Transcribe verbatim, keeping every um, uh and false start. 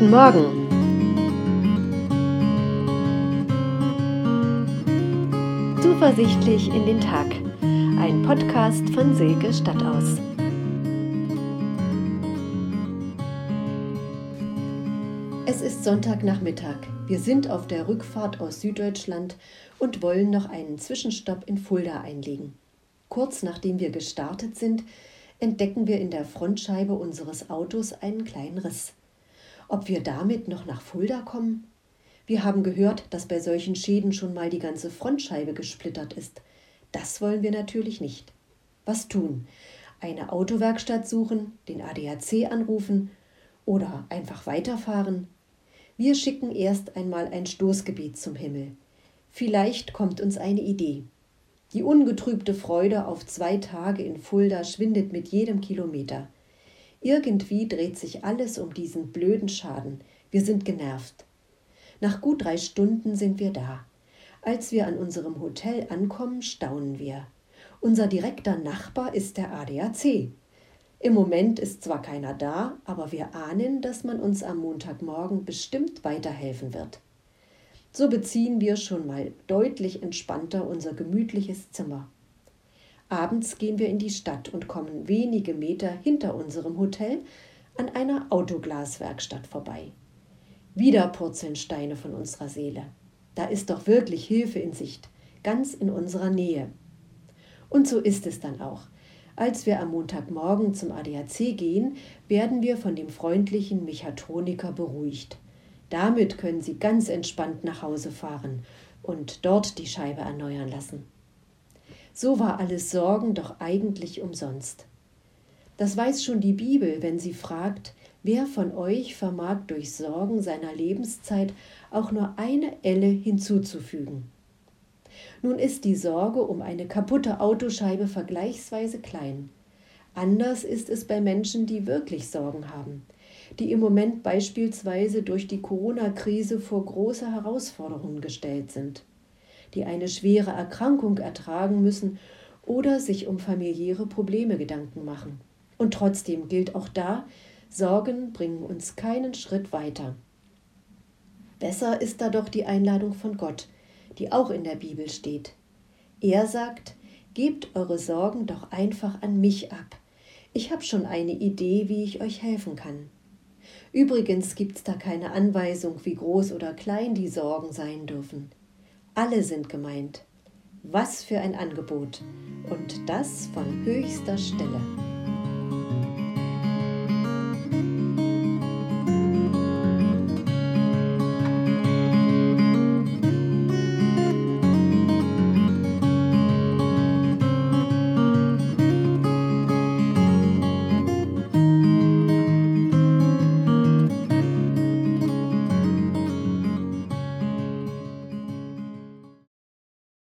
Guten Morgen. Zuversichtlich in den Tag. Ein Podcast von Silke Stadtaus. Es ist Sonntagnachmittag. Wir sind auf der Rückfahrt aus Süddeutschland und wollen noch einen Zwischenstopp in Fulda einlegen. Kurz nachdem wir gestartet sind, entdecken wir in der Frontscheibe unseres Autos einen kleinen Riss. Ob wir damit noch nach Fulda kommen? Wir haben gehört, dass bei solchen Schäden schon mal die ganze Frontscheibe gesplittert ist. Das wollen wir natürlich nicht. Was tun? Eine Autowerkstatt suchen, den A D A C anrufen oder einfach weiterfahren? Wir schicken erst einmal ein Stoßgebet zum Himmel. Vielleicht kommt uns eine Idee. Die ungetrübte Freude auf zwei Tage in Fulda schwindet mit jedem Kilometer. Irgendwie dreht sich alles um diesen blöden Schaden. Wir sind genervt. Nach gut drei Stunden sind wir da. Als wir an unserem Hotel ankommen, staunen wir. Unser direkter Nachbar ist der A D A C. Im Moment ist zwar keiner da, aber wir ahnen, dass man uns am Montagmorgen bestimmt weiterhelfen wird. So beziehen wir schon mal deutlich entspannter unser gemütliches Zimmer. Abends gehen wir in die Stadt und kommen wenige Meter hinter unserem Hotel an einer Autoglaswerkstatt vorbei. Wieder purzeln Steine von unserer Seele. Da ist doch wirklich Hilfe in Sicht, ganz in unserer Nähe. Und so ist es dann auch. Als wir am Montagmorgen zum A D A C gehen, werden wir von dem freundlichen Mechatroniker beruhigt. Damit können Sie ganz entspannt nach Hause fahren und dort die Scheibe erneuern lassen. So war alles Sorgen doch eigentlich umsonst. Das weiß schon die Bibel, wenn sie fragt, wer von euch vermag durch Sorgen seiner Lebenszeit auch nur eine Elle hinzuzufügen. Nun ist die Sorge um eine kaputte Autoscheibe vergleichsweise klein. Anders ist es bei Menschen, die wirklich Sorgen haben, die im Moment beispielsweise durch die Corona-Krise vor große Herausforderungen gestellt sind, die eine schwere Erkrankung ertragen müssen oder sich um familiäre Probleme Gedanken machen. Und trotzdem gilt auch da, Sorgen bringen uns keinen Schritt weiter. Besser ist da doch die Einladung von Gott, die auch in der Bibel steht. Er sagt, gebt eure Sorgen doch einfach an mich ab. Ich habe schon eine Idee, wie ich euch helfen kann. Übrigens gibt es da keine Anweisung, wie groß oder klein die Sorgen sein dürfen. Alle sind gemeint. Was für ein Angebot. Und das von höchster Stelle.